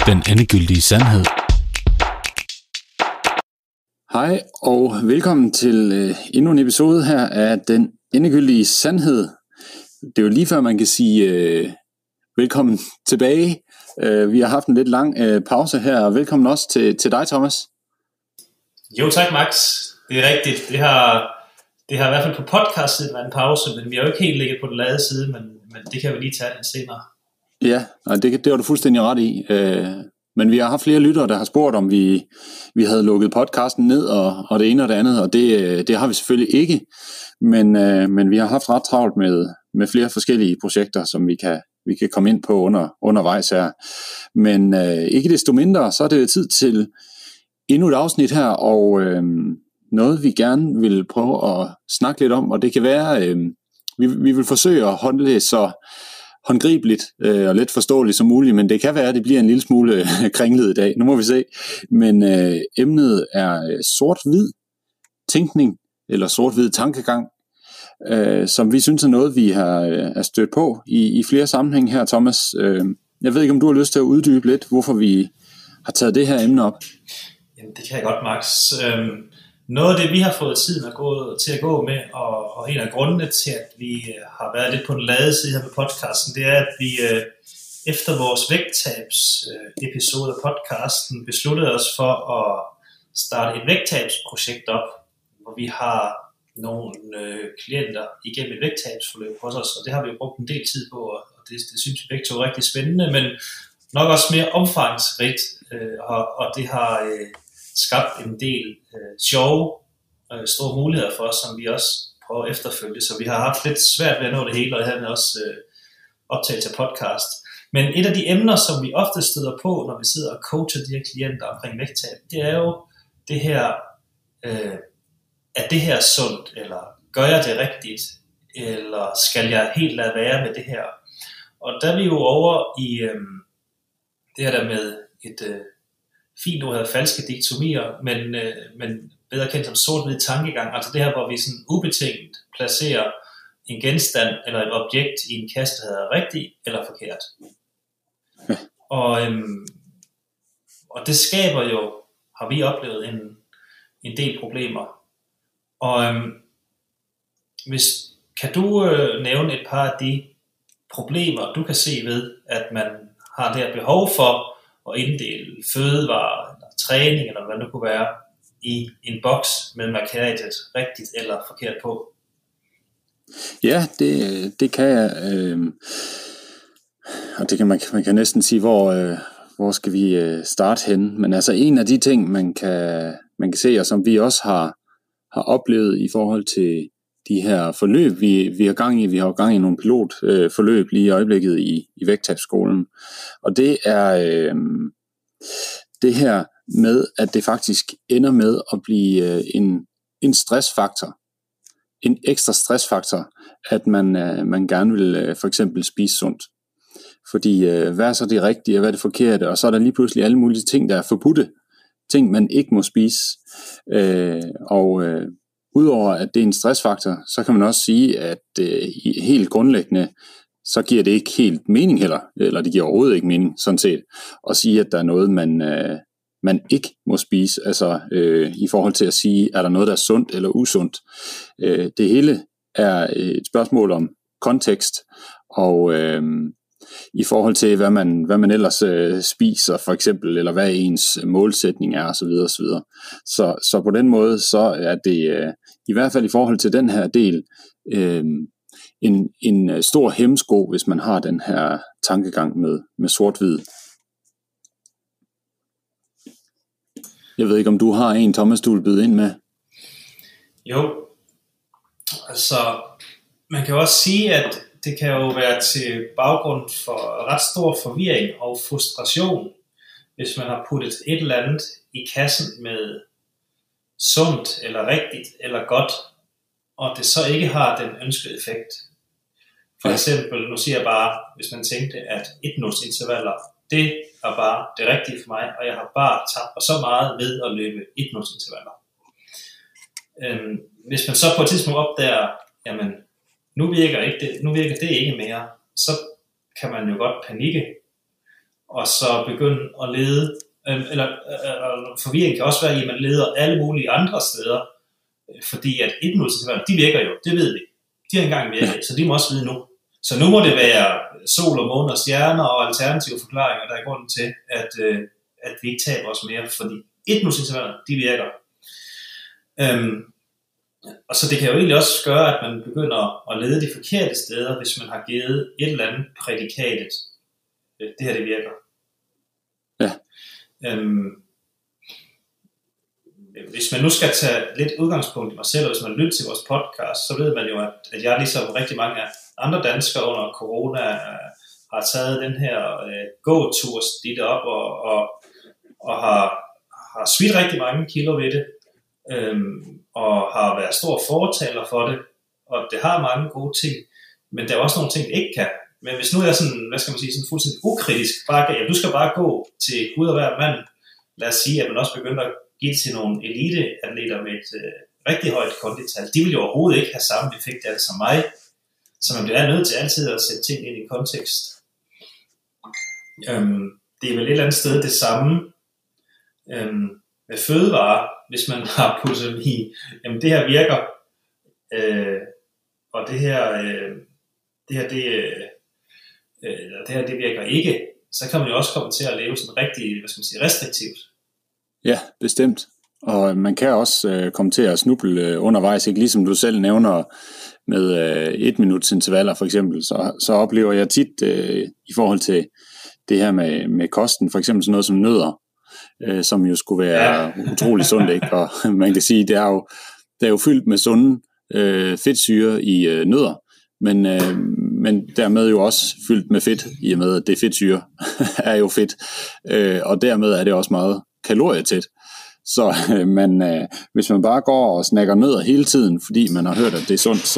Den endegyldige sandhed. Hej og velkommen til endnu en episode her af Den endegyldige sandhed. Det er jo lige før man kan sige velkommen tilbage. Vi har haft en lidt lang pause her, og velkommen også til dig, Thomas. Jo tak, Max. Det er rigtigt. Det har i hvert fald på podcast været en pause, men vi har jo ikke helt ligget på den lade side, men det kan vi lige tage lidt senere. Ja, det var du fuldstændig ret i. Men vi har haft flere lyttere, der har spurgt, om vi havde lukket podcasten ned, og det ene og det andet, og det har vi selvfølgelig ikke. Men vi har haft ret travlt med flere forskellige projekter, som vi kan komme ind på undervejs her. Men ikke desto mindre, så er det tid til endnu et afsnit her, og noget vi gerne vil prøve at snakke lidt om, og det kan være, vi vil forsøge at håndlæse så håndgribeligt og let forståeligt som muligt, men det kan være, at det bliver en lille smule kringlet i dag. Nu må vi se. Men emnet er sort-hvid tænkning, eller sort-hvid tankegang, som vi synes er noget, vi har stødt på i flere sammenhæng her, Thomas. Jeg ved ikke, om du har lyst til at uddybe lidt, hvorfor vi har taget det her emne op. Jamen, det kan jeg godt, Max. Noget af det, vi har fået tiden til at gå med, og en af grundene til, at vi har været lidt på den lade side her med podcasten, det er, at vi efter vores vægttabs episode af podcasten besluttede os for at starte et vægttabsprojekt op, hvor vi har nogle klienter igennem et vægttabsforløb hos os, og det har vi jo brugt en del tid på, og det synes vi begge to er rigtig spændende, men nok også mere omfangsrigt, og det har skabt en del sjove, store muligheder for os, som vi også prøver at efterfølge. Så vi har haft lidt svært ved at nå det hele, og det havde også optagelse af podcast. Men et af de emner, som vi ofte støder på, når vi sidder og coacher de her klienter omkring vægttab, det er jo det her, er det her sundt, eller gør jeg det rigtigt, eller skal jeg helt lade være med det her? Og der er vi jo over i det her der med et fint ord hedder falske diktomier, men bedre kendt som sort-hvid tankegang, altså det her, hvor vi sådan ubetinget placerer en genstand eller et objekt i en kasse, der hedder rigtigt eller forkert. Og det skaber jo, har vi oplevet, en del problemer. Og kan du nævne et par af de problemer, du kan se ved, at man har det her behov for at inddele fødevarer, eller træning, eller hvad det kunne være, i en boks med markeret rigtigt eller forkert på? Ja, det kan jeg. Og det kan man kan næsten sige, hvor skal vi starte hen. Men altså en af de ting, man kan se, og som vi også har oplevet i forhold til de her forløb, vi har gang i. Vi har gang i nogle pilotforløb lige i øjeblikket i vægttabsskolen. Og det er det her med, at det faktisk ender med at blive en stressfaktor. En ekstra stressfaktor, at man gerne vil for eksempel spise sundt. Fordi hvad er så det rigtige, og hvad er det forkerte? Og så er der lige pludselig alle mulige ting, der er forbudte. Ting, man ikke må spise. Udover at det er en stressfaktor, så kan man også sige, at helt grundlæggende, så giver det ikke helt mening heller, eller det giver overhovedet ikke mening, sådan set, at sige, at der er noget, man ikke må spise, altså i forhold til at sige, er der noget, der er sundt eller usundt. Det hele er et spørgsmål om kontekst, og i forhold til, hvad man ellers spiser, for eksempel, eller hvad ens målsætning er, osv. osv. Så på den måde, så er det, i hvert fald i forhold til den her del, en stor hæmsko, hvis man har den her tankegang med sort-hvid. Jeg ved ikke, om du har en, Thomas, du vil byde ind med? Jo, altså man kan også sige, at det kan jo være til baggrund for ret stor forvirring og frustration, hvis man har puttet et eller andet i kassen med sundt eller rigtigt eller godt, og det så ikke har den ønskede effekt. For eksempel, nu siger jeg bare, hvis man tænkte, at 1 minuts intervaller, det er bare det rigtige for mig, og jeg har bare tabt så meget ved at løbe 1 minuts intervaller. Hvis man så på et tidspunkt opdager, jamen, nu virker det ikke mere, så kan man jo godt panikke og så begynde at lede, eller forvirring kan også være, at man leder alle mulige andre steder, fordi at 1 minuts intervaller, de virker jo, det ved vi. De har engang virket, så de må også vide nu. Så nu må det være sol og måne og stjerner og alternative forklaringer, der er grunden til, at vi ikke taber os mere, fordi 1 minuts intervaller, de virker. Og så det kan jo egentlig også gøre, at man begynder at lede de forkerte steder, hvis man har givet et eller andet prædikatet. Det her, det virker. Ja. Hvis man nu skal tage lidt udgangspunkt i mig selv, og hvis man lytter til vores podcast, så ved man jo, at jeg ligesom rigtig mange andre danskere under corona har taget den her gåtur dit op og har smidt rigtig mange kilo ved det, og har været stor fortaler for det, og det har mange gode ting, men der er også nogle ting, det ikke kan. Men hvis nu er sådan, hvad skal man sige, sådan fuldstændig ukritisk, du skal bare gå til Gud og hver mand, lad os sige, at man også begynder at give til nogle eliteatleter med et rigtig højt kondital, de vil jo overhovedet ikke have samme effekt af det som mig, så man bliver nødt til altid at sætte ting ind i kontekst. Det er vel et eller andet sted det samme med fødevarer, hvis man har puttet dem i, jamen det her virker, og det her det virker ikke, så kan man jo også komme til at leve sådan rigtig, hvad skal man sige, restriktivt. Ja, bestemt. Og man kan også komme til at snuble undervejs, ikke? Ligesom du selv nævner med 1 minuts intervaller for eksempel, så oplever jeg tit i forhold til det her med kosten, for eksempel sådan noget som nødder, som jo skulle være utrolig sundt, ikke? Og man kan sige, det er jo fyldt med sunde fedtsyre i nødder, men dermed jo også fyldt med fedt, i og med at det fedtsyre er jo fedt, og dermed er det også meget kalorietæt. Så hvis man bare går og snakker nødder hele tiden, fordi man har hørt, at det er sundt,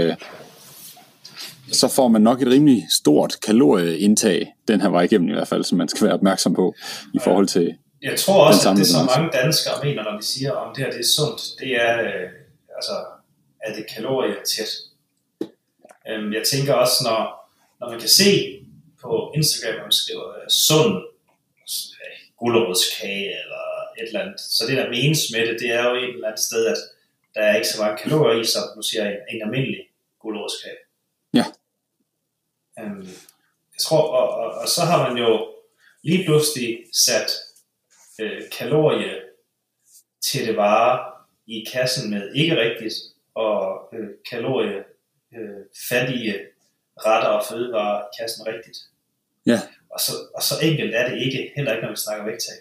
så får man nok et rimelig stort kalorieindtag den her vej igennem i hvert fald, som man skal være opmærksom på i forhold til. Jeg tror også, at det som mange danskere mener, når de siger, om det her det er sundt, det er, er det kalorietæt. Jeg tænker også, når man kan se på Instagram, man skriver sund gulerodskage eller et eller andet, så det der menes med det er jo et eller andet sted, at der er ikke så mange kalorier i, som nu siger en almindelig gulerodskage. Ja. Jeg tror, og så har man jo lige pludselig sat kalorie til det varer i kassen med ikke rigtigt, og kaloriefattige retter og fødevarer i kassen rigtigt. Ja. Og så enkelt er det ikke, heller ikke når vi snakker vægttab.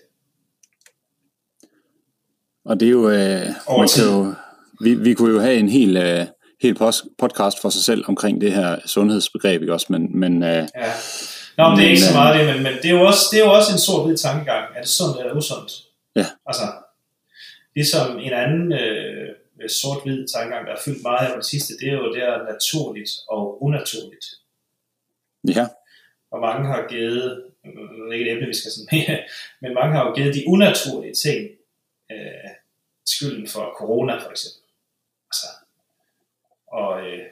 Og det er jo, vi kunne jo have en hel podcast for sig selv omkring det her sundhedsbegreb, ikke også? Men ja. Nå, men det er ikke så meget det, men det er jo også en sort-hvid tankegang. Er det sundt eller usundt? Ja. Altså, ligesom en anden sort-hvid tankegang, der er fyldt meget her på det sidste, det er jo det er naturligt og unaturligt. Ja. Og mange har givet, det er ikke et emne, vi skal sådan med, men mange har jo givet de unaturlige ting skylden for corona for eksempel. Altså, og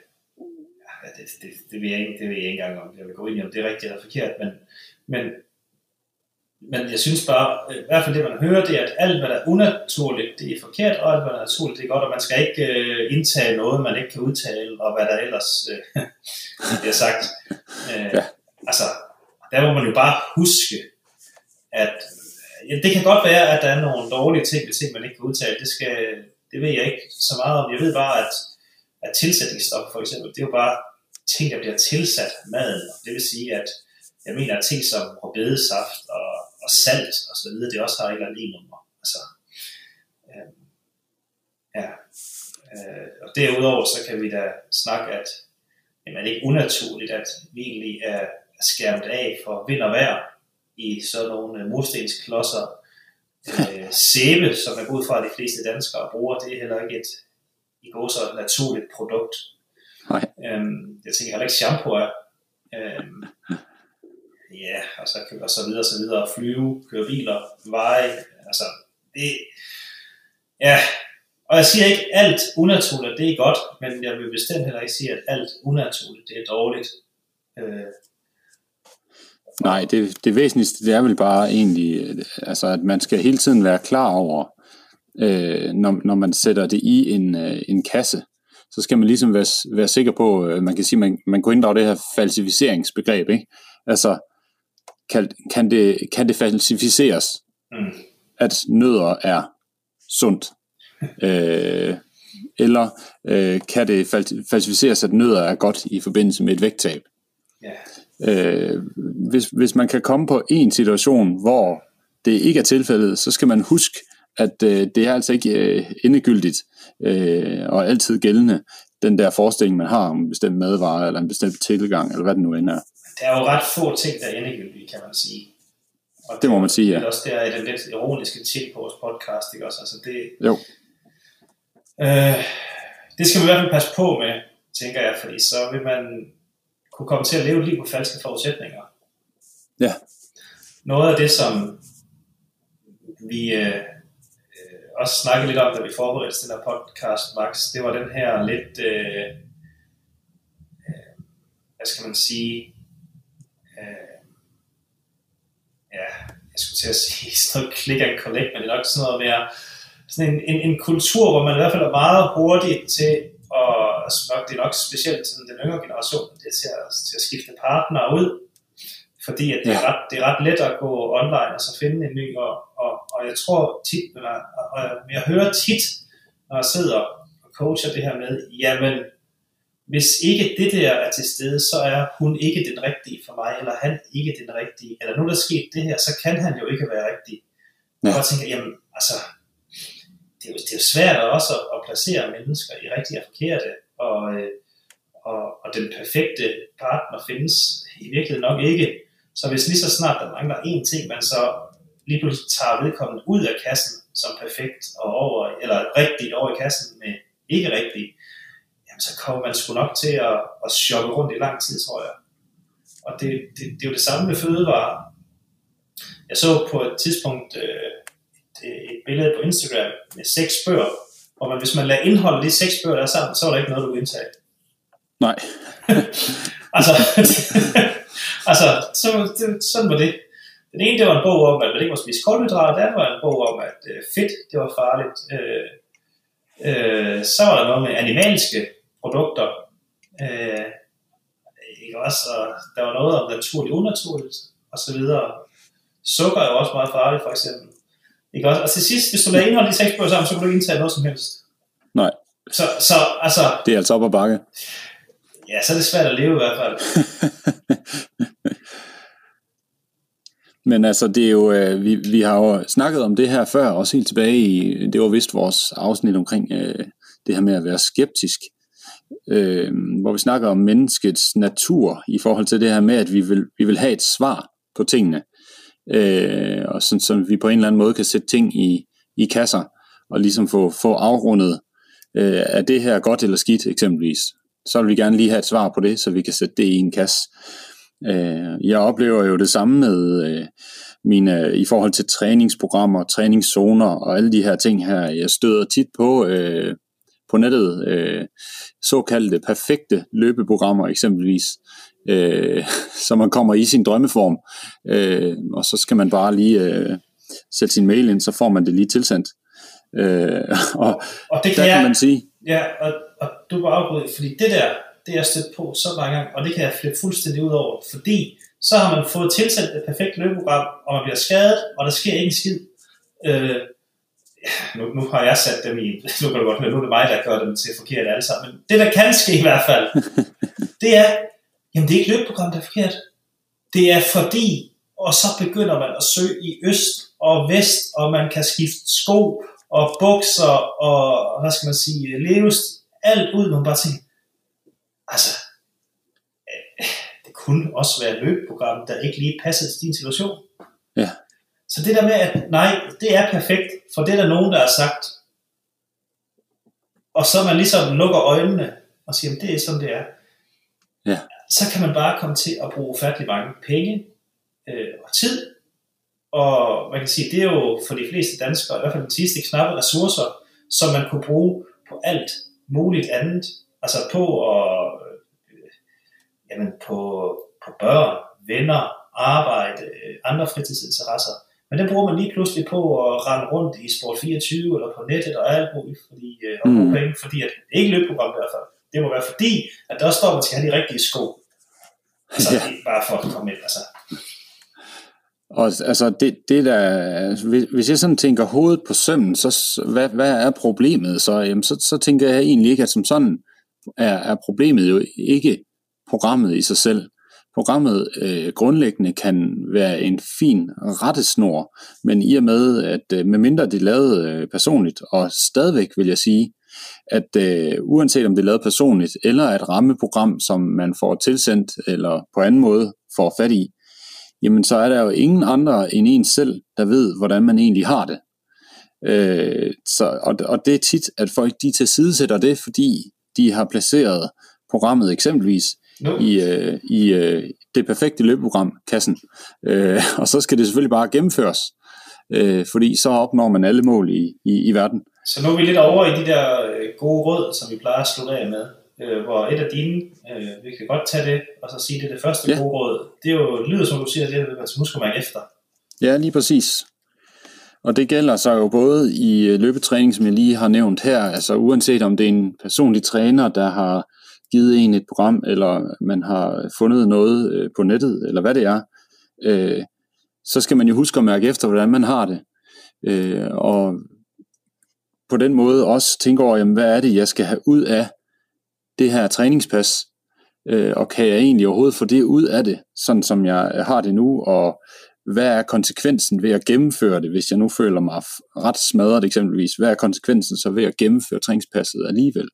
det ved jeg ikke engang om jeg vil gå ind i, om det er rigtigt eller forkert, men jeg synes bare, i hvert fald det man hører, det er, at alt hvad der er unaturligt, det er forkert, og alt hvad der er naturligt, det er godt, og man skal ikke indtage noget, man ikke kan udtale, og hvad der ellers bliver sagt. Ja. Altså, der må man jo bare huske, at det kan godt være, at der er nogle dårlige ting, man ikke kan udtale, det ved jeg ikke så meget om. Jeg ved bare, at tilsætningsstoffer for eksempel, det er jo bare ting, der bliver tilsat maden, og det vil sige, at jeg mener, at ting som rødbedesaft og salt og så videre, det også har et eller andet nummer. Altså, og derudover så kan vi da snakke, at det er ikke unaturligt, at vi egentlig er skærmet af for vind og vejr i sådan nogle murstensklodser. Sæbe, som er ud fra, at de fleste danskere bruger, det er heller ikke et naturligt produkt. Nej. Jeg tænker heller ikke shampoo er. Ja, og så videre, flyve, køre biler, veje, altså det, ja, og jeg siger ikke alt unaturligt, det er godt, men jeg vil bestemt heller ikke sige, at alt unaturligt, det er dårligt. Nej, det væsentligste, det er vel bare egentlig, altså at man skal hele tiden være klar over, når man sætter det i en kasse, så skal man ligesom være sikker på, man kan sige, man kunne inddrage det her falsificeringsbegreb, ikke? Altså, kan det falsificeres, at nødder er sundt? Eller kan det falsificeres, at nødder er godt i forbindelse med et vægttab? Hvis man kan komme på en situation, hvor det ikke er tilfældet, så skal man huske, at det er altså ikke endegyldigt og altid gældende, den der forestilling, man har om en bestemt madvare, eller en bestemt tilgang, eller hvad det nu end er. Der er jo ret få ting, der er endegyldige, kan man sige. Og det må man sige, ja. Det er også der i den lidt ironiske til på vores podcast, ikke også? Altså det, jo. Det skal man i hvert fald passe på med, tænker jeg, fordi så vil man kunne komme til at leve et liv på falske forudsætninger. Ja. Noget af det, som vi også snakkede lidt om, da vi forberedte den her podcast, Max, det var den her lidt, hvad skal man sige, ja, jeg skulle til at sige sådan noget click and collect, men det er nok sådan noget mere, sådan en kultur, hvor man i hvert fald er meget hurtig til, og det er nok specielt til den yngre generation, det er til at skifte partner ud, fordi at det er ret let at gå online og så finde en ny, og jeg tror tit, og jeg hører tit, når jeg sidder og coacher det her med, jamen, hvis ikke det der er til stede, så er hun ikke den rigtige for mig, eller han ikke den rigtige, eller nu der er sket det her, så kan han jo ikke være rigtig. Ja. Og jeg tænker, jamen, altså, det er jo svært også at placere mennesker i rigtige og forkerte, og den perfekte partner findes i virkeligheden nok ikke. Så hvis lige så snart der mangler én ting, man så lige pludselig tager vedkommende ud af kassen som perfekt, eller rigtigt over i kassen med ikke rigtigt, jamen så kommer man sgu nok til at shoppe rundt i lang tid, tror jeg. Og det er jo det samme med fødevarer. Jeg så på et tidspunkt et billede på Instagram med 6 bøger, og hvis man lader indholde de 6 bøger der sammen, så er der ikke noget, du vil indtage. Nej. Sådan var det. Den ene, det var en bog om, at man ikke må spise kulhydrater, den anden var en bog om, at fedt, det var farligt. Så var der noget med animalske produkter. Ikke også? Og der var noget om naturligt, unaturligt, og så videre. Sukker er jo også meget farligt, for eksempel. Ikke også? Og til sidst, hvis du lader indholde de 6 bøger sammen, så kan du ikke indtage noget som helst. Nej. Så altså... Det er altså op ad bakke. Ja, så er det svært at leve i hvert fald. Men altså, det er jo, vi har jo snakket om det her før, også helt tilbage i, det var vist vores afsnit omkring det her med at være skeptisk, hvor vi snakker om menneskets natur i forhold til det her med, at vi vil have et svar på tingene, og sådan, så vi på en eller anden måde kan sætte ting i kasser, og ligesom få afrundet, er det her godt eller skidt eksempelvis. Så vil vi gerne lige have et svar på det, så vi kan sætte det i en kasse. Jeg oplever jo det samme med mine i forhold til træningsprogrammer, træningszoner og alle de her ting her. Jeg støder tit på nettet såkaldte perfekte løbeprogrammer eksempelvis, så man kommer i sin drømmeform, og så skal man bare lige sætte sin mail ind, så får man det lige tilsendt. Og det kan man sige. Ja, og du var afbrudt, fordi det er jeg stødt på så mange gange, og det kan jeg flippe fuldstændig ud over, fordi så har man fået tilsendt et perfekt løbeprogram, og man bliver skadet, og der sker ikke en skid. Nu har jeg sat dem i, nu kan du godt høre, nu er det mig, der gør dem til forkert alle sammen, men det der kan ske i hvert fald, det er, jamen det er ikke løbeprogram, der er forkert. Det er fordi, og så begynder man at søge i øst og vest, og man kan skifte sko og bukser og, hvad skal man sige, levestil, alt ud, man bare tænker, altså, det kunne også være et løbeprogram, der ikke lige passer til din situation. Ja. Så det der med, at nej, det er perfekt, for det er der nogen, der har sagt, og så man ligesom lukker øjnene og siger, det er sådan det er. Ja. Så kan man bare komme til at bruge ufattelig mange penge og tid, og man kan sige, det er jo for de fleste danskere, i hvert fald de sidste knappe ressourcer, som man kunne bruge på alt muligt andet, altså på børn, venner, arbejde, andre fritidsinteresser. Men det bruger man lige pludselig på at rende rundt i Sport 24 eller på nettet og alt muligt, fordi, og bruge penge, fordi at ikke løbeprogram i hvert fald. Det må være fordi, at der står, at man skal have de rigtige sko. Altså, bare for at komme ind, altså. Og altså, det der, hvis jeg sådan tænker hovedet på sømmen, så hvad er problemet? Så tænker jeg egentlig ikke, at som sådan er problemet jo ikke programmet i sig selv. Programmet grundlæggende kan være en fin rettesnor, men i og med, at medmindre det er lavet personligt, og stadigvæk vil jeg sige, at uanset om det er lavet personligt, eller et rammeprogram, som man får tilsendt, eller på anden måde får fat i, jamen så er der jo ingen andre end en selv, der ved, hvordan man egentlig har det. Og det er tit, at folk de tilsidesætter det, fordi de har placeret programmet eksempelvis i det perfekte løbeprogram, kassen. Og så skal det selvfølgelig bare gennemføres, fordi så opnår man alle mål i verden. Så nu er vi lidt over i de der gode råd, som vi plejer at slutte af med. Hvor et af dine, vi kan godt tage det, og så sige, det første gode råd. Det er jo, lyder som du siger, det er, at så husker man efter. Ja, lige præcis. Og det gælder så jo både i løbetræning, som jeg lige har nævnt her, altså uanset om det er en personlig træner, der har givet en et program, eller man har fundet noget på nettet, eller hvad det er, så skal man jo huske at mærke efter, hvordan man har det. Og på den måde også tænke over, jamen, hvad er det, jeg skal have ud af det her træningspas, og kan jeg egentlig overhovedet få det ud af det, sådan som jeg har det nu, og hvad er konsekvensen ved at gennemføre det, hvis jeg nu føler mig ret smadret eksempelvis, hvad er konsekvensen så ved at gennemføre træningspasset alligevel?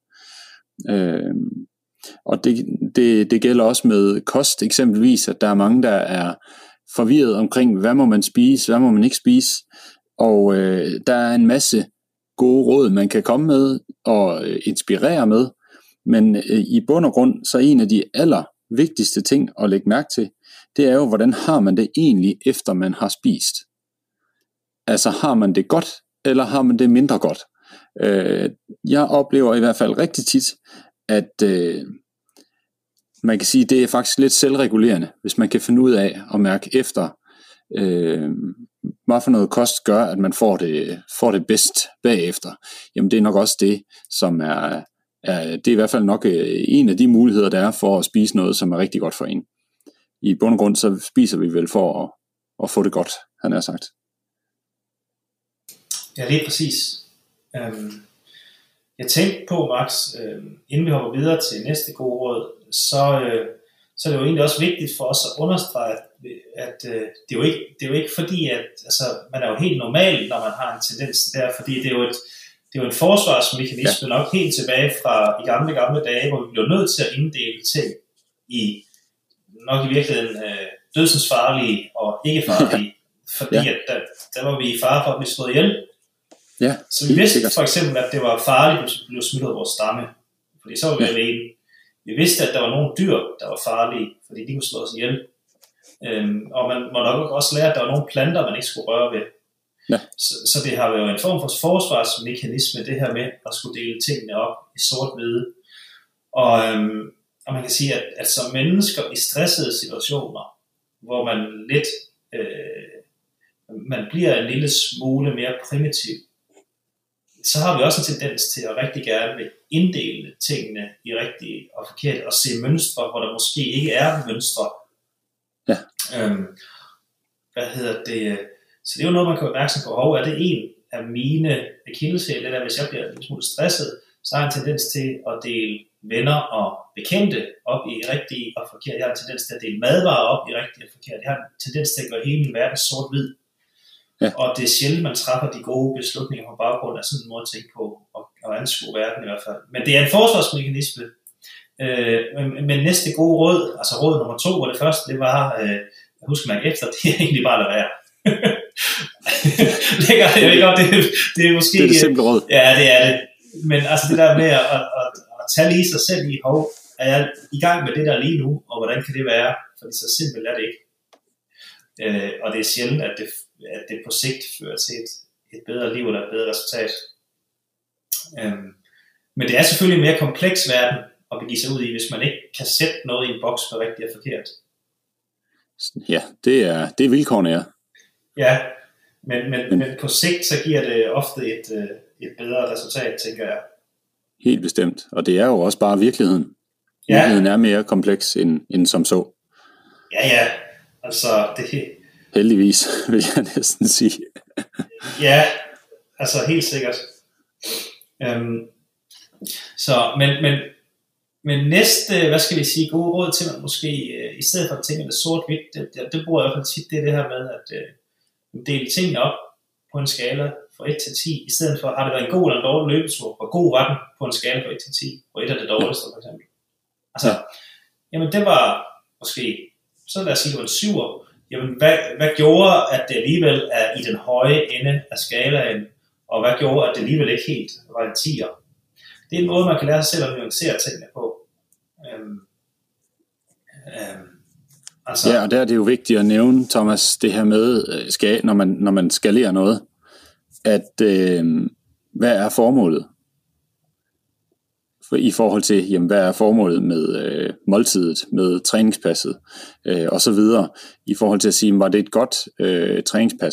Og det gælder også med kost eksempelvis, at der er mange, der er forvirret omkring, hvad må man spise, hvad må man ikke spise, og der er en masse gode råd, man kan komme med og inspirere med, men i bund og grund, så en af de allervigtigste ting at lægge mærke til, det er jo, hvordan har man det egentlig, efter man har spist? Altså har man det godt, eller har man det mindre godt? Jeg oplever i hvert fald rigtig tit, at man kan sige, det er faktisk lidt selvregulerende, hvis man kan finde ud af at mærke efter, hvad for noget kost gør, at man får det bedst bagefter. Jamen det er nok også det, som det er i hvert fald nok en af de muligheder, der er for at spise noget, som er rigtig godt for en. I bund og grund, så spiser vi vel for at få det godt, han har sagt. Ja, lige præcis. Jeg tænkte på, Max, inden vi hopper videre til næste gode råd, så er det jo egentlig også vigtigt for os at understrege, at det er jo ikke fordi, at altså, man er jo helt normal, når man har en tendens der, fordi det er jo en forsvarsmekanisme nok helt tilbage fra i gamle dage, hvor vi blev nødt til at inddele ting i nok i virkeligheden dødsensfarlige og ikke farlige, fordi at der var vi i fare for at blive slået ihjel. Ja, så vi vidste for eksempel, at det var farligt, hvis vi blev smidt ud af vores stamme, fordi så var vi alene. Vi vidste, at der var nogle dyr, der var farlige, fordi de kunne slå os ihjel. Og man må nok også lære, at der var nogle planter, man ikke skulle røre ved. Ja. Så det har jo en form for forsvarsmekanisme, det her med at skulle dele tingene op i sort-hvide. Og man kan sige, at som mennesker i stressede situationer, hvor man lidt man bliver en lille smule mere primitiv, så har vi også en tendens til at rigtig gerne vil inddele tingene i rigtige og forkerte, og se mønstre, hvor der måske ikke er mønstre. Ja. Så det er jo noget, man kan være opmærksom på. Er det en af mine akilleshæle, det der, hvis jeg bliver en smule stresset, så har jeg en tendens til at dele venner og bekendte op i rigtige og forkerte. Jeg har en tendens til at dele madvarer op i rigtige og forkerte. Jeg har en tendens til at gøre hele min verden sort-hvid. Ja. Og det er sjældent, man træffer de gode beslutninger på baggrund af sådan en måde at tænke på og anskue verden i hvert fald. Men det er en forsvarsmekanisme. Men næste gode råd, altså råd nummer 2, hvor det første, det var, jeg husker man efter, det er egentlig bare at lade være. det er måske... Det er det simple råd. Ja, det er det. Men altså det der med at tage lige sig selv i, er jeg i gang med det der lige nu, og hvordan kan det være? Fordi så simpelt er det ikke. Og det er sjældent, at det på sigt fører til et bedre liv eller et bedre resultat. Men det er selvfølgelig en mere kompleks verden at begive sig ud i, hvis man ikke kan sætte noget i en boks på rigtigt og forkert. Ja, det er vilkårene, ja. Ja, men på sigt, så giver det ofte et bedre resultat, tænker jeg. Helt bestemt. Og det er jo også bare virkeligheden. Ja. Virkeligheden er mere kompleks end som så. Ja, altså det... Heldigvis, vil jeg næsten sige. Ja, altså helt sikkert. Men næste, hvad skal vi sige, gode råd til mig måske, i stedet for at tænke det sort-hvidt, det bruger jeg i hvert fald tit, det her med at dele tingene op på en skala fra 1 til 10, i stedet for, har det været en god eller en dårlig løbetur, hvor god var den på en skala fra 1 til 10, hvor 1 er det dårligste for eksempel. Altså, jamen det var måske, så lad os sige, det var en 7'er. Jamen hvad gjorde, at det alligevel er i den høje ende af skalaen, og hvad gjorde, at det alligevel ikke helt var en 10'er? Det er en måde, man kan lære sig selv at nuancere tingene på. Altså. Ja, og der er det jo vigtigt at nævne, Thomas, det her med, når man skalerer noget, at hvad er formålet? I forhold til, jamen, hvad er formålet med måltidet, med træningspasset og så videre, i forhold til at sige, var det et godt træningspas?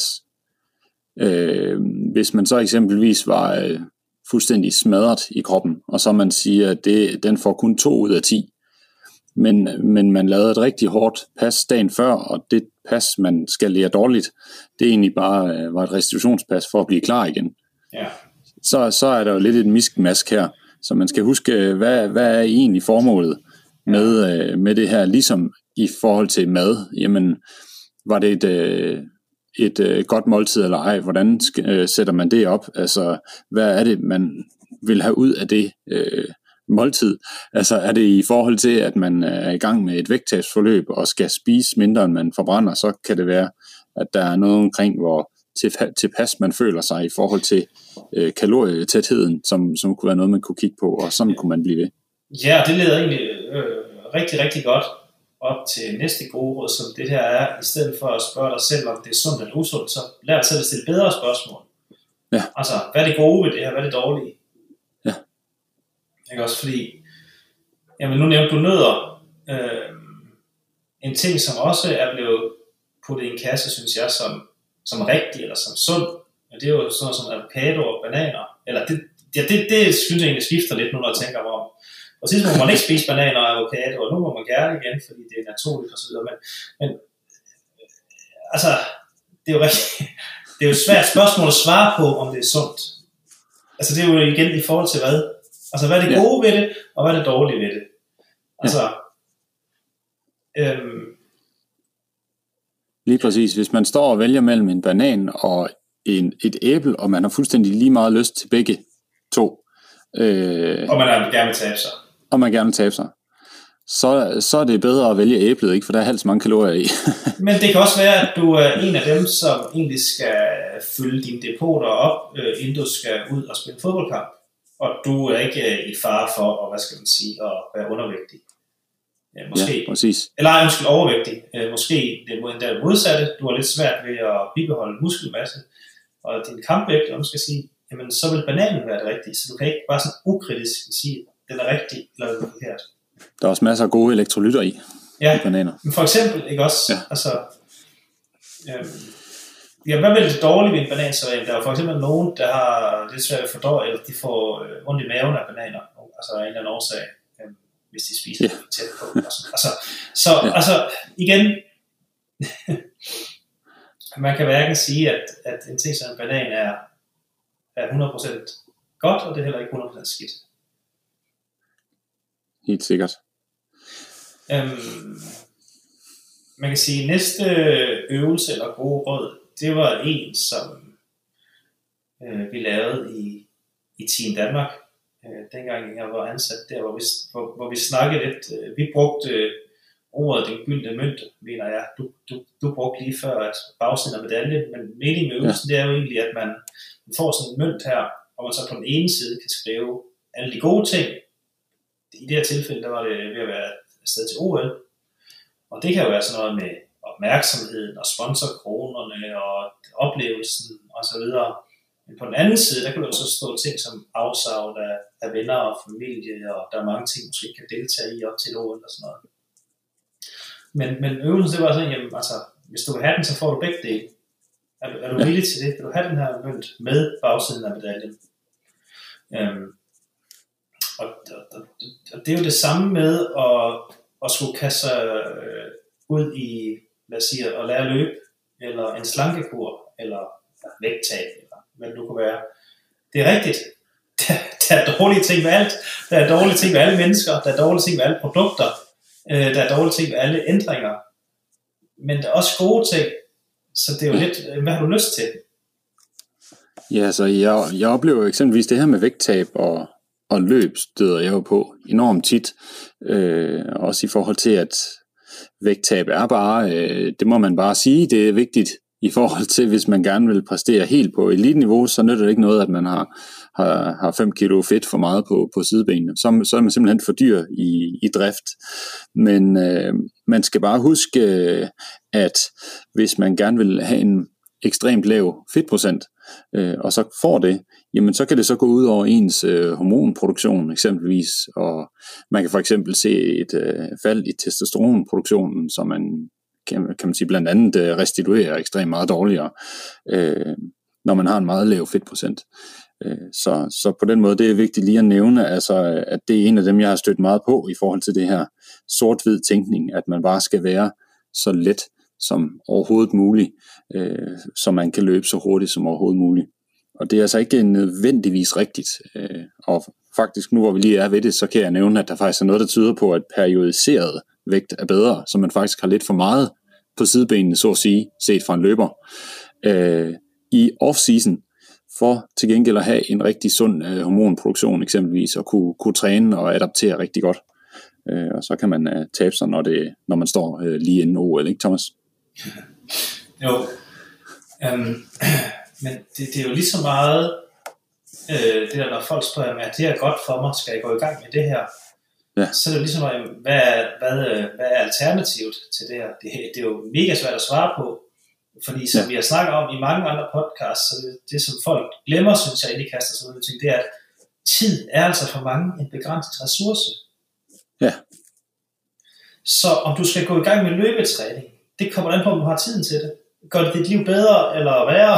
Hvis man så eksempelvis var fuldstændig smadret i kroppen, og så man siger, at den får kun 2 ud af 10, men man lavede et rigtig hårdt pas dagen før, og det pas, man skalerer dårligt, det egentlig bare var et restitutionspas for at blive klar igen. Ja. Så er der jo lidt et miskmask her, så man skal huske, hvad er egentlig formålet med det her, ligesom i forhold til mad. Jamen, var det et godt måltid eller ej? Hvordan sætter man det op? Altså, hvad er det, man vil have ud af det måltid? Altså, er det i forhold til, at man er i gang med et vægttabsforløb og skal spise mindre, end man forbrænder, så kan det være, at der er noget omkring, hvor tilpas man føler sig i forhold til kalorietætheden, som kunne være noget, man kunne kigge på, og sådan kunne man blive ved. Ja, det leder egentlig rigtig, rigtig godt op til næste gode råd, som det her er, i stedet for at spørge dig selv, om det er sundt eller usundt, så lær dig selv at stille bedre spørgsmål. Ja. Altså, hvad er det gode ved det her, hvad er det dårlige? Ja. Ikke også fordi, jamen nu nævnte du nødder, en ting, som også er blevet puttet i en kasse, synes jeg, som rigtig eller som sund. Men det er jo sådan noget som avocado og bananer. Eller det synes jeg egentlig skifter lidt nu, når jeg tænker mig om. Og sidst må man ikke spise bananer og avocado, og nu må man gerne igen, fordi det er naturligt og så videre. Men altså, det er jo det er jo et svært spørgsmål at svare på, om det er sundt. Altså det er jo igen i forhold til hvad? Altså hvad er det gode ved det, og hvad er det dårlige ved det? Altså, lige præcis. Hvis man står og vælger mellem en banan og et æble, og man har fuldstændig lige meget lyst til begge to. Og man gerne vil tabe sig. Og man gerne vil tabe sig. Så er det bedre at vælge æblet, ikke? For der er halvt så mange kalorier i. Men det kan også være, at du er en af dem, som egentlig skal fylde dine depoter op, inden du skal ud og spille fodboldkamp. Og du er ikke i fare for, og hvad skal man sige, at være undervægtig. Måske. Ja, præcis. Eller overvægtig. Måske det er det modsatte. Du har lidt svært ved at bibeholde muskelmasse. Og din kampvægt, om man skal sige, jamen så vil bananen være det rigtige. Så du kan ikke bare sådan ukritisk sige, den er rigtig eller den er forkert. Der er også masser af gode elektrolytter i bananer. Men for eksempel, ikke også? Ja. Altså, hvad vil det dårlige ved en banan så? Der er for eksempel nogen, der har lidt svært ved at fordøje, eller de får ondt i maven af bananer. Altså af en eller anden årsag, hvis de spiser tæt på. Altså igen, man kan hverken sige, at en ting som en banan er 100% godt, og det er heller ikke 100% skidt. Helt sikkert. Man kan sige, at næste øvelse eller gode råd, det var en, som vi lavede i Team Danmark, dengang jeg var ansat der, hvor vi snakkede lidt. Vi brugte ordet den gyldne mønt, mener jeg. Du brugte lige før at bagsiden af medaljen, men meningen med øvelsen, det er jo egentlig, at man får sådan en mønt her, og man så på den ene side kan skrive alle de gode ting. I det her tilfælde, der var det ved at være afsted til OL. Og det kan jo være sådan noget med opmærksomheden og sponsorkronerne og oplevelsen osv. Men på den anden side, der kan jo så stå ting som afsavn af venner og familie, og der er mange ting, måske kan deltage i op til OL og sådan noget. Men øvelsen, det var sådan, jamen, altså, hvis du vil have den, så får du begge dele. Er du villig til det? Vil du have den her mønt med bagsiden af medaljen? Og det er jo det samme med at skulle kaste sig ud i, lad os sige, at lære at løbe, eller en slankekur, eller vægttab, eller hvad det nu kunne være. Det er rigtigt. Der er dårlige ting ved alt. Der er dårlige ting ved alle mennesker. Der er dårlige ting ved alle produkter. Der er dårlige ting ved alle ændringer. Men der er også gode ting. Så det er jo lidt, hvad har du lyst til? Ja, så jeg oplever eksempelvis det her med vægttab og løb støder jeg jo på enormt tit. Også i forhold til, at vægttab er bare, det må man bare sige, det er vigtigt i forhold til, hvis man gerne vil præstere helt på elite-niveau, så nytter det ikke noget, at man har 5 kilo fedt for meget på sidebenene. Så er man simpelthen for dyr i drift. Men man skal bare huske, at hvis man gerne vil have en ekstremt lav fedtprocent, og så får det, jamen så kan det så gå ud over ens hormonproduktion eksempelvis, og man kan for eksempel se et fald i testosteronproduktionen, som man kan man sige blandt andet restituerer ekstremt meget dårligere, når man har en meget lav fedtprocent. Så på den måde, det er vigtigt lige at nævne, altså, at det er en af dem, jeg har stødt meget på i forhold til det her sort-hvid tænkning, at man bare skal være så let som overhovedet muligt, så man kan løbe så hurtigt som overhovedet muligt. Og det er altså ikke nødvendigvis rigtigt. Og faktisk nu, hvor vi lige er ved det, så kan jeg nævne, at der faktisk er noget, der tyder på, at periodiseret vægt er bedre, så man faktisk har lidt for meget på sidebenene, så at sige, set fra en løber. I off-season, for til gengæld at have en rigtig sund hormonproduktion eksempelvis, og kunne træne og adaptere rigtig godt. Og så kan man tabe sig, når man står lige inden OL, ikke Thomas? Jo, men det er jo lige så meget det der, når folk spørger, at det er godt for mig, skal jeg gå i gang med det her? Ja. Så er det jo ligesom, hvad er alternativet til det her? Det er jo mega svært at svare på, fordi som vi har snakket om i mange andre podcasts, så det som folk glemmer, synes jeg, inden de kaster sig ud i ting, det er, at tid er altså for mange en begrænset ressource. Ja. Så om du skal gå i gang med løbetræning, det kommer an på, om du har tiden til det. Gør det dit liv bedre eller værre?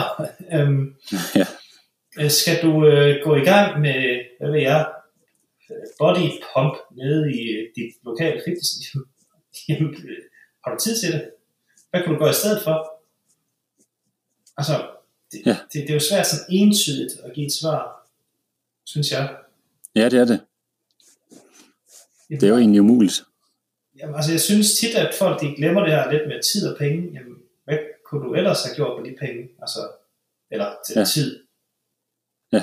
Skal du gå i gang med, hvad ved jeg, body pump nede i dit lokale fitness? Har du tid til det? Hvad kan du gøre i stedet for? Altså, det er jo svært sådan entydigt at give et svar, synes jeg. Ja, det er det. Det er jo egentlig umuligt. Jamen, altså jeg synes tit, at folk de glemmer det her lidt med tid og penge. Jamen, hvad kunne du ellers have gjort på de penge? Altså, eller til tid. Ja.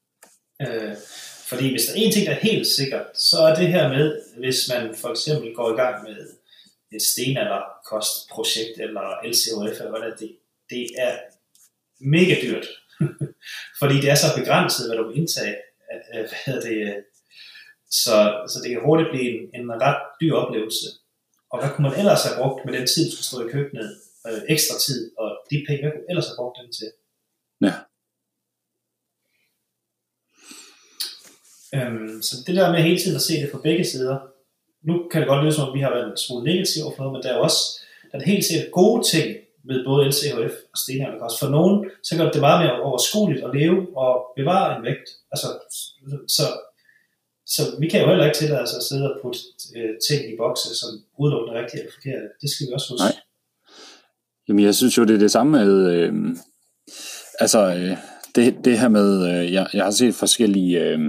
Fordi hvis der er en ting, der er helt sikkert, så er det her med, hvis man for eksempel går i gang med et stenalderkostprojekt, eller LCHF, eller hvad det er mega dyrt. Fordi det er så begrænset, hvad du vil indtage. Så det kan hurtigt blive en ret dyr oplevelse. Og hvad kunne man ellers have brugt med den tid, du skal stå i køkkenet, ekstra tid, og de penge, hvad kunne man ellers have brugt den til? Ja. Så det der med hele tiden at se det fra begge sider, nu kan det godt lyde som om vi har været en smule negativ for noget, men der er også der er helt sikkert gode ting med både LCHF og stenalderkost. For nogen, så gør det meget mere overskueligt at leve og bevare en vægt. Altså, så vi kan jo heller ikke tillade os at sidde og putte ting i bokse, som udelukkende rigtigt eller forkert. Det skal vi også huske. Nej. Jamen jeg synes jo, det er det samme med, det her med, jeg har set forskellige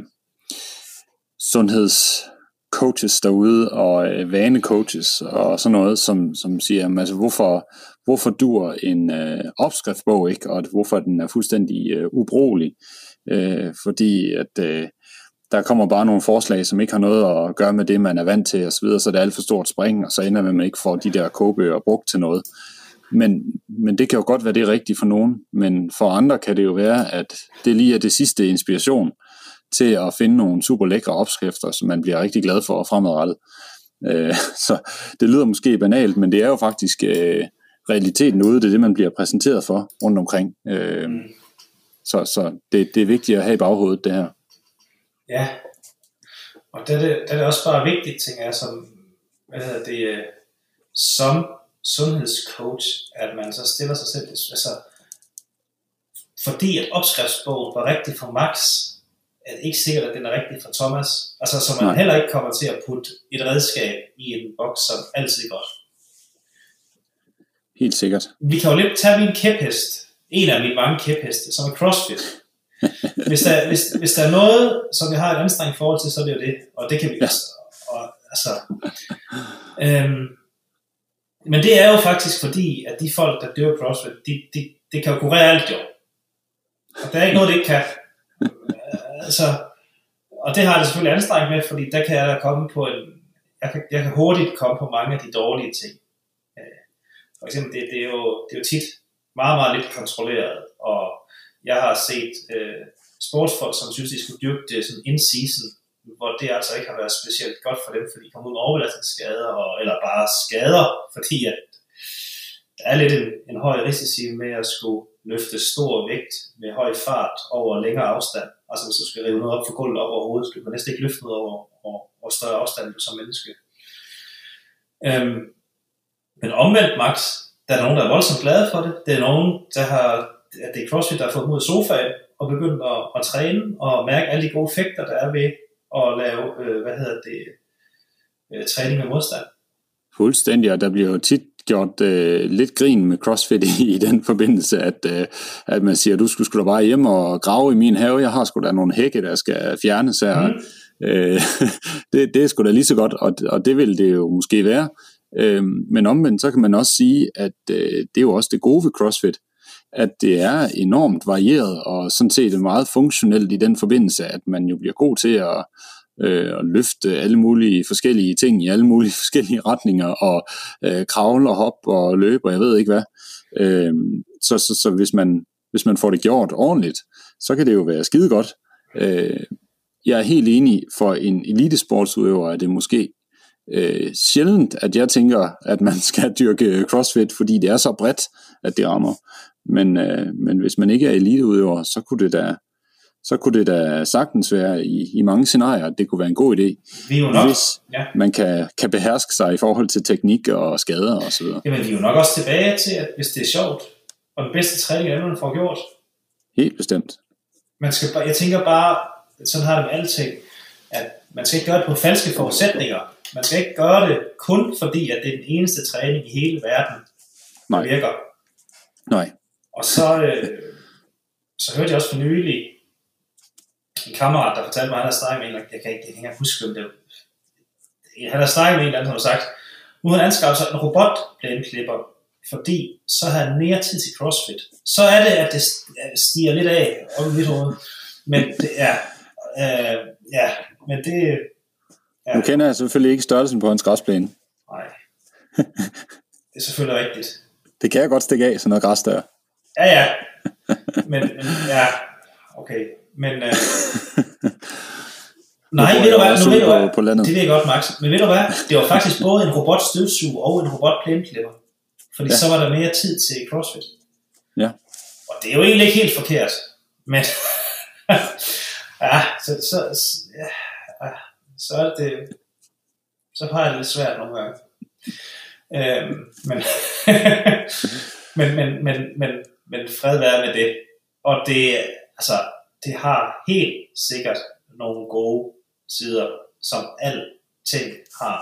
sundhedscoaches derude, og vanecoaches, og sådan noget, som siger, altså hvorfor dur en opskriftsbog ikke, og hvorfor den er fuldstændig ubrugelig, fordi at der kommer bare nogle forslag, som ikke har noget at gøre med det, man er vant til, og så videre, så det er alt for stort spring, og så ender man ikke får de der kogebøger brugt til noget. Men det kan jo godt være, det er rigtigt for nogen, men for andre kan det jo være, at det lige er det sidste inspiration til at finde nogle super lækre opskrifter, som man bliver rigtig glad for fremadrettet. Så det lyder måske banalt, men det er jo faktisk realiteten ude, det er det, man bliver præsenteret for rundt omkring. Så det er vigtigt at have i baghovedet, det her. Ja, og der er det også bare vigtigt, tænker jeg, som sundhedscoach, at man så stiller sig selv, altså, fordi at opskriftsbogen var rigtig for Max, er det ikke sikkert, at den er rigtig for Thomas. Altså, så man heller ikke kommer til at putte et redskab i en boks, som altid er godt. Helt sikkert. Vi kan jo lidt tage min kæphest, en af mine mange kæpheste, som er CrossFit. Hvis der er noget, som jeg har et anstrengt forhold til, så er det jo det. Og det kan vi altså. Men det er jo faktisk fordi, at de folk, der dør CrossFit, de kan jo kurere alt jo. Og der er ikke noget, det ikke kan. Altså, og det har det selvfølgelig anstrengt med, fordi der kan jeg komme på jeg kan hurtigt komme på mange af de dårlige ting. For eksempel, det er jo tit meget, meget lidt kontrolleret, og jeg har set sportsfolk, som synes, de skulle dyrke det sådan in-season, hvor det altså ikke har været specielt godt for dem, fordi de kommer ud med overbelastningsskader, eller bare skader, fordi at der er lidt en høj risici med at skulle løfte stor vægt med høj fart over længere afstand. Altså hvis du skal rive noget op for gulvet op over hovedet, du kan næsten ikke løfte noget over større afstand som menneske. Men omvendt, Max, der er nogen, der er voldsomt glade for det. Det er nogen, at det er CrossFit, der har fået dem ud af sofaen og begyndt at træne og mærke alle de gode effekter, der er ved at lave, træning med modstand. Fuldstændig, og der bliver jo tit gjort lidt grin med CrossFit i den forbindelse, at man siger, du skulle da bare hjem og grave i min have, jeg har sgu da nogle hække, der skal fjernes her. Det er sgu da lige så godt, og det vil det jo måske være. Men omvendt, så kan man også sige, at det er jo også det gode ved CrossFit, at det er enormt varieret, og sådan set er meget funktionelt i den forbindelse, at man jo bliver god til at løfte alle mulige forskellige ting i alle mulige forskellige retninger, og kravle og hoppe og løbe, og jeg ved ikke hvad. Så hvis man får det gjort ordentligt, så kan det jo være skide godt. Jeg er helt enig, for en elitesportsudøver er det måske sjældent, at jeg tænker, at man skal dyrke CrossFit, fordi det er så bredt, at det rammer. Men hvis man ikke er eliteudøver, så kunne det da sagtens være i mange scenarier, at det kunne være en god idé, hvis man kan beherske sig i forhold til teknik og skader og så videre. Jamen vi er jo nok også tilbage til, at hvis det er sjovt, og den bedste træning er, man får gjort. Helt bestemt. Jeg tænker bare, sådan har det med alting, at man skal ikke gøre det på falske forudsætninger. Man skal ikke gøre det kun fordi, at det er den eneste træning i hele verden, der virker. Nej. Og så hørte jeg også for nylig en kammerat, der fortalte mig, at han har snakket med en, jeg kan ikke huske, om det var. Han har snakket med en eller anden, som har sagt, nu har han anskaffet sig en robotplæneklipper, fordi så har han mere tid til CrossFit. Så er det, at det stiger lidt af op i mit hoved. Men det er, men det... Ja. Nu kender jeg selvfølgelig ikke størrelsen på en græsplæne. Nej, det er selvfølgelig rigtigt. Det kan jeg godt stikke af, sådan noget græs der. Ja, men ja, okay. Men nej, ved du hvad, på landet. Det ved jeg godt, Max. Men ved du hvad, det var faktisk både en robotstøvsuger og en robotplæneklipper. Fordi så var der mere tid til CrossFit. Ja. Og det er jo egentlig ikke helt forkert. Men så er det, så har jeg det lidt svært nogle gange. Men fred være med det. Og det, altså, det har helt sikkert nogle gode sider, som alting har.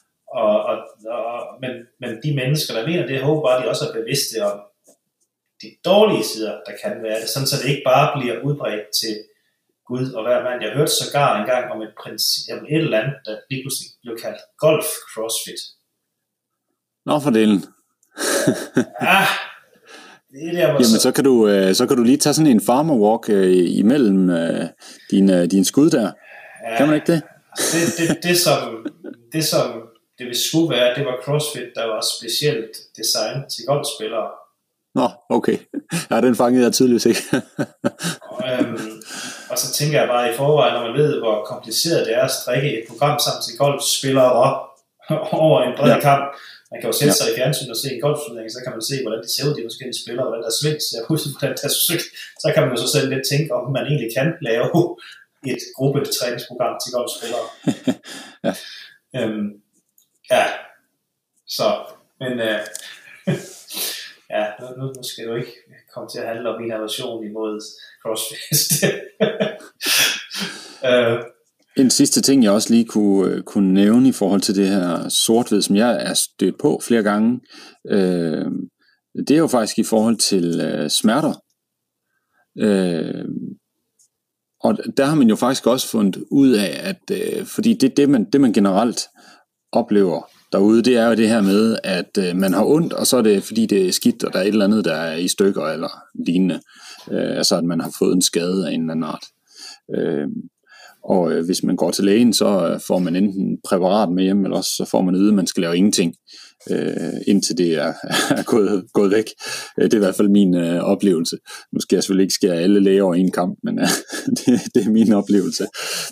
Men de mennesker, der mener det, jeg håber bare, de også er bevidste om de dårlige sider, der kan være det, sådan så det ikke bare bliver udbredt til Gud og hver mand. Jeg hørte sågar engang om et eller andet, der lige pludselig blev kaldt golf crossfit. Nå for delen. Det er der, jamen så kan du lige tage sådan en farmer walk imellem din skud der. Ja, kan man ikke det? Det som det ville skulle være, det var CrossFit, der var specielt designet til golfspillere. Nå, okay. Ja, den fangede jeg tydeligvis ikke. Og så tænker jeg bare i forvejen, når man ved, hvor kompliceret det er at strikke et program sammen til golfspillere over en bred kamp. Man kan jo sætte sig i fjernsyn og se en golfturnering, så kan man se, hvordan de ser ud, de forskellige spillere, hvordan der sving ser ud, hvordan der sving. Så kan man jo så selv lidt tænke, om man egentlig kan lave et gruppetræningsprogram til golfspillere. Så Men ja, nu skal du ikke komme til at handle om min aversion imod CrossFit. En sidste ting, jeg også lige kunne nævne i forhold til det her sort-hvid, som jeg er stødt på flere gange, det er jo faktisk i forhold til smerter. Og der har man jo faktisk også fundet ud af, at fordi det man generelt oplever derude, det er jo det her med, at man har ondt, og så er det fordi det er skidt, og der er et eller andet, der er i stykker eller lignende. Altså at man har fået en skade af en eller anden art. Og hvis man går til lægen, så får man enten præparat med hjem, eller også så får man at vide, at man skal lave ingenting, indtil det er gået væk. Det er i hvert fald min oplevelse. Nu skal jeg selvfølgelig ikke skære alle læger over en kamp, men det er min oplevelse.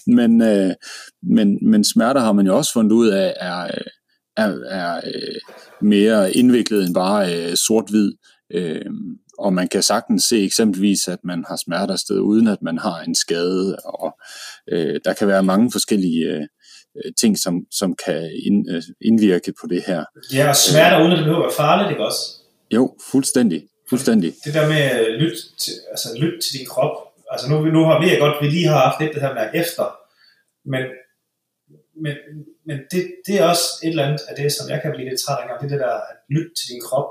Men smerter har man jo også fundet ud af, er mere indviklet end bare sort-hvid. Og man kan sagtens se eksempelvis, at man har smerter afsted, uden at man har en skade, og der kan være mange forskellige ting, som kan indvirke på det her. Ja, og smerter uden at det behøver at være farligt, ikke også? Jo, fuldstændig. Det der med at lytte til din krop, altså nu har vi godt, vi lige har haft lidt det her med efter, men det er også et eller andet af det, som jeg kan blive lidt træt af, det der at lytte til din krop.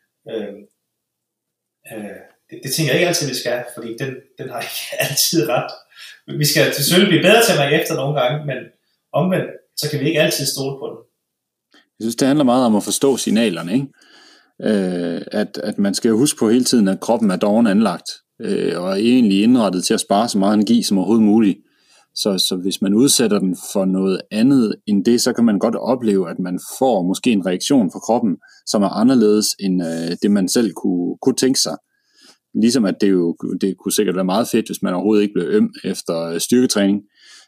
Det tænker jeg ikke altid, vi skal, fordi den har ikke altid ret. Vi skal selvfølgelig blive bedre til at mærke efter nogle gange, men omvendt, så kan vi ikke altid stole på den. Jeg synes, det handler meget om at forstå signalerne, ikke? At man skal huske på hele tiden, at kroppen er doven anlagt, og er egentlig indrettet til at spare så meget energi som overhovedet muligt. Så hvis man udsætter den for noget andet end det, så kan man godt opleve, at man får måske en reaktion fra kroppen, som er anderledes end det, man selv kunne tænke sig. Ligesom at det kunne sikkert være meget fedt, hvis man overhovedet ikke blev øm efter styrketræning.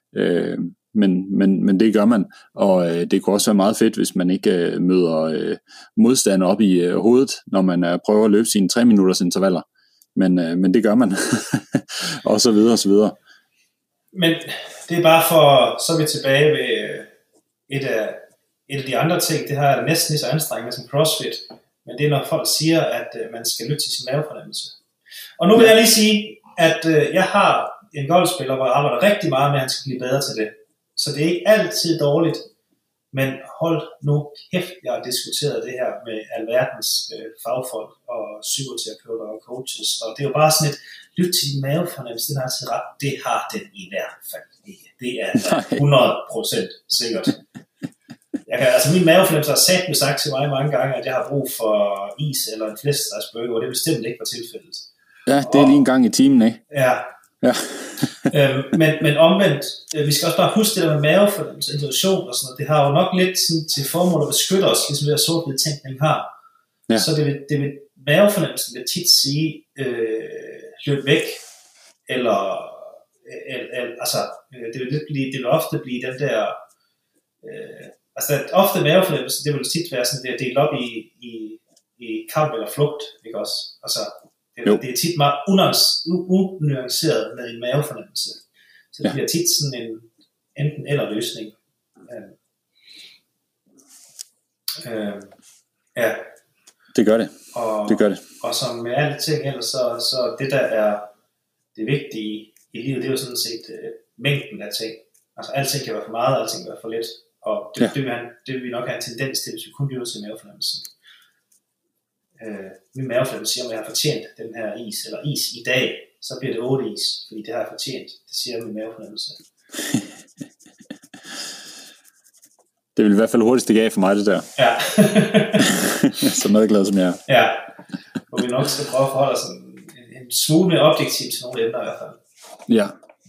Men det gør man, og det kunne også være meget fedt, hvis man ikke møder modstand op i hovedet, når man prøver at løbe sine 3 minutters intervaller. Men det gør man, og så videre og så videre. Men det er bare for, så er vi tilbage ved et af de andre ting, det her er næsten lige så anstrengende som CrossFit, men det er når folk siger, at man skal lytte til sin mavefornemmelse. Og nu vil jeg lige sige, at jeg har en golfspiller, hvor jeg arbejder rigtig meget med, at han skal blive bedre til det. Så det er ikke altid dårligt, men hold nu kæft, jeg har diskuteret det her med alverdens fagfolk og psykoterapeuter og coaches, og det er jo bare sådan et, lyt til din mavefornemmelse, den har altid ret. Det har den i hvert fald ikke. Det er 100% sikkert. Min mavefornemmelse har sagt til mig mange gange, at jeg har brug for is eller en flæskestegsburger, og det bestemt ikke var tilfældet. Ja, det er lige en gang i timen, ikke? Ja. Men omvendt, vi skal også bare huske det der med mavefornemmelse, intuition og sådan noget. Det har jo nok lidt sådan, til formål at beskytte os, ligesom det der sort-hvid tænkning har. Ja. Så det vil mavefornemmelsen vil tit sige, løb væk, eller det vil ofte blive den der, ofte mavefornemmelse, det vil tit være sådan, det er delt op i kamp eller flugt, ikke også? Altså, det er tit meget unuanceret med en mavefornemmelse, så det bliver tit sådan en enten eller løsning. Ja. Det gør det. Og som med alle ting ellers, så det der er det vigtige i livet, det er jo sådan set mængden af ting. Altså alting kan være for meget, alting kan være for lidt. Og det vil vi nok have en tendens til, hvis vi kun lytter til mavefornemmelsen. Min mavefornemmelse siger, om jeg har fortjent den her is, eller is i dag, så bliver det 8 is, fordi det har jeg fortjent. Det siger min mavefornemmelse. Det vil i hvert fald hurtigt stikke af for mig, det der. Ja. Så noget glad som jeg er. Ja. Og vi nok skal prøve at forholde os en smule mere objektiv til nogle emner i hvert fald. Ja.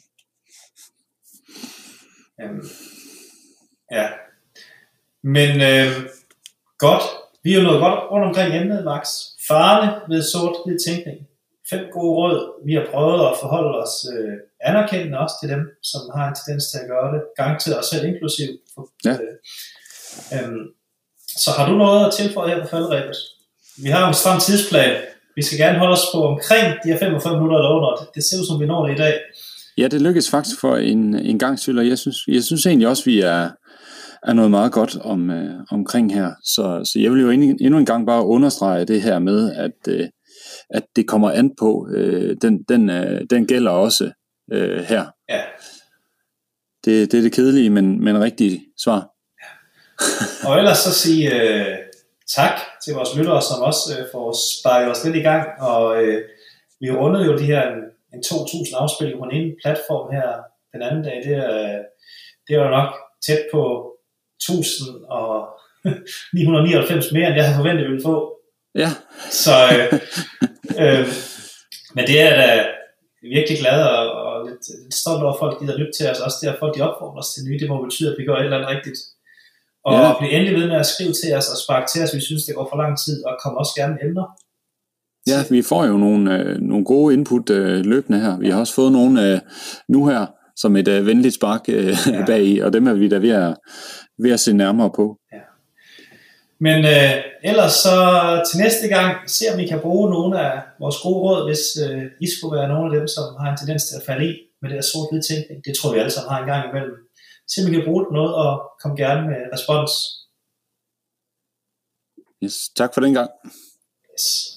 Ja. Men godt. Vi er jo nået godt rundt omkring emnet, Max. Farne ved sort-hvid tænkning. 5 gode råd. Vi har prøvet at forholde os anerkendende også til dem, som har en tendens til at gøre det. Garanteret os selv inklusiv. Ja. Så har du noget at tilføje her på falderebet? Vi har en stram tidsplan. Vi skal gerne holde os på omkring de her 45 minutter eller under. Det ser ud som vi når det i dag. Ja, det lykkedes faktisk for en gang skyld, og jeg synes egentlig også, vi er er noget meget godt omkring her. Så jeg vil jo endnu en gang bare understrege det her med, at det kommer an på, den gælder også her. Ja. Det er det kedelige, men rigtige svar. Og ellers så sige tak til vores lyttere, som også får sparket os lidt i gang, og vi rundede jo de her en 2.000 afspilninger på en platform her den anden dag. Det er jo nok tæt på 1.999 mere, end jeg havde forventet, vi ville få. Ja. Så, men det er da virkelig glad og lidt stolt over, at folk gider lytte til os. Også det, at folk de opfordrer os til nye, det må betyde, at vi gør et eller andet rigtigt. Og bliv endelig ved med at skrive til os og sparke til os, hvis vi synes, det går for lang tid, og kom også gerne med emner. Ja, vi får jo nogle gode input løbende her. Vi har også fået nogle nu her, som et venligt spark bag i, og dem er vi da ved at se nærmere på. Ja. Men ellers så til næste gang, se om I kan bruge nogle af vores gode råd, hvis I skulle være nogle af dem, som har en tendens til at falde i med det her sort-hvid tænkning. Det tror vi alle sammen har en gang imellem. Se om I kan bruge det noget, og kom gerne med respons. Yes, tak for den gang. Yes.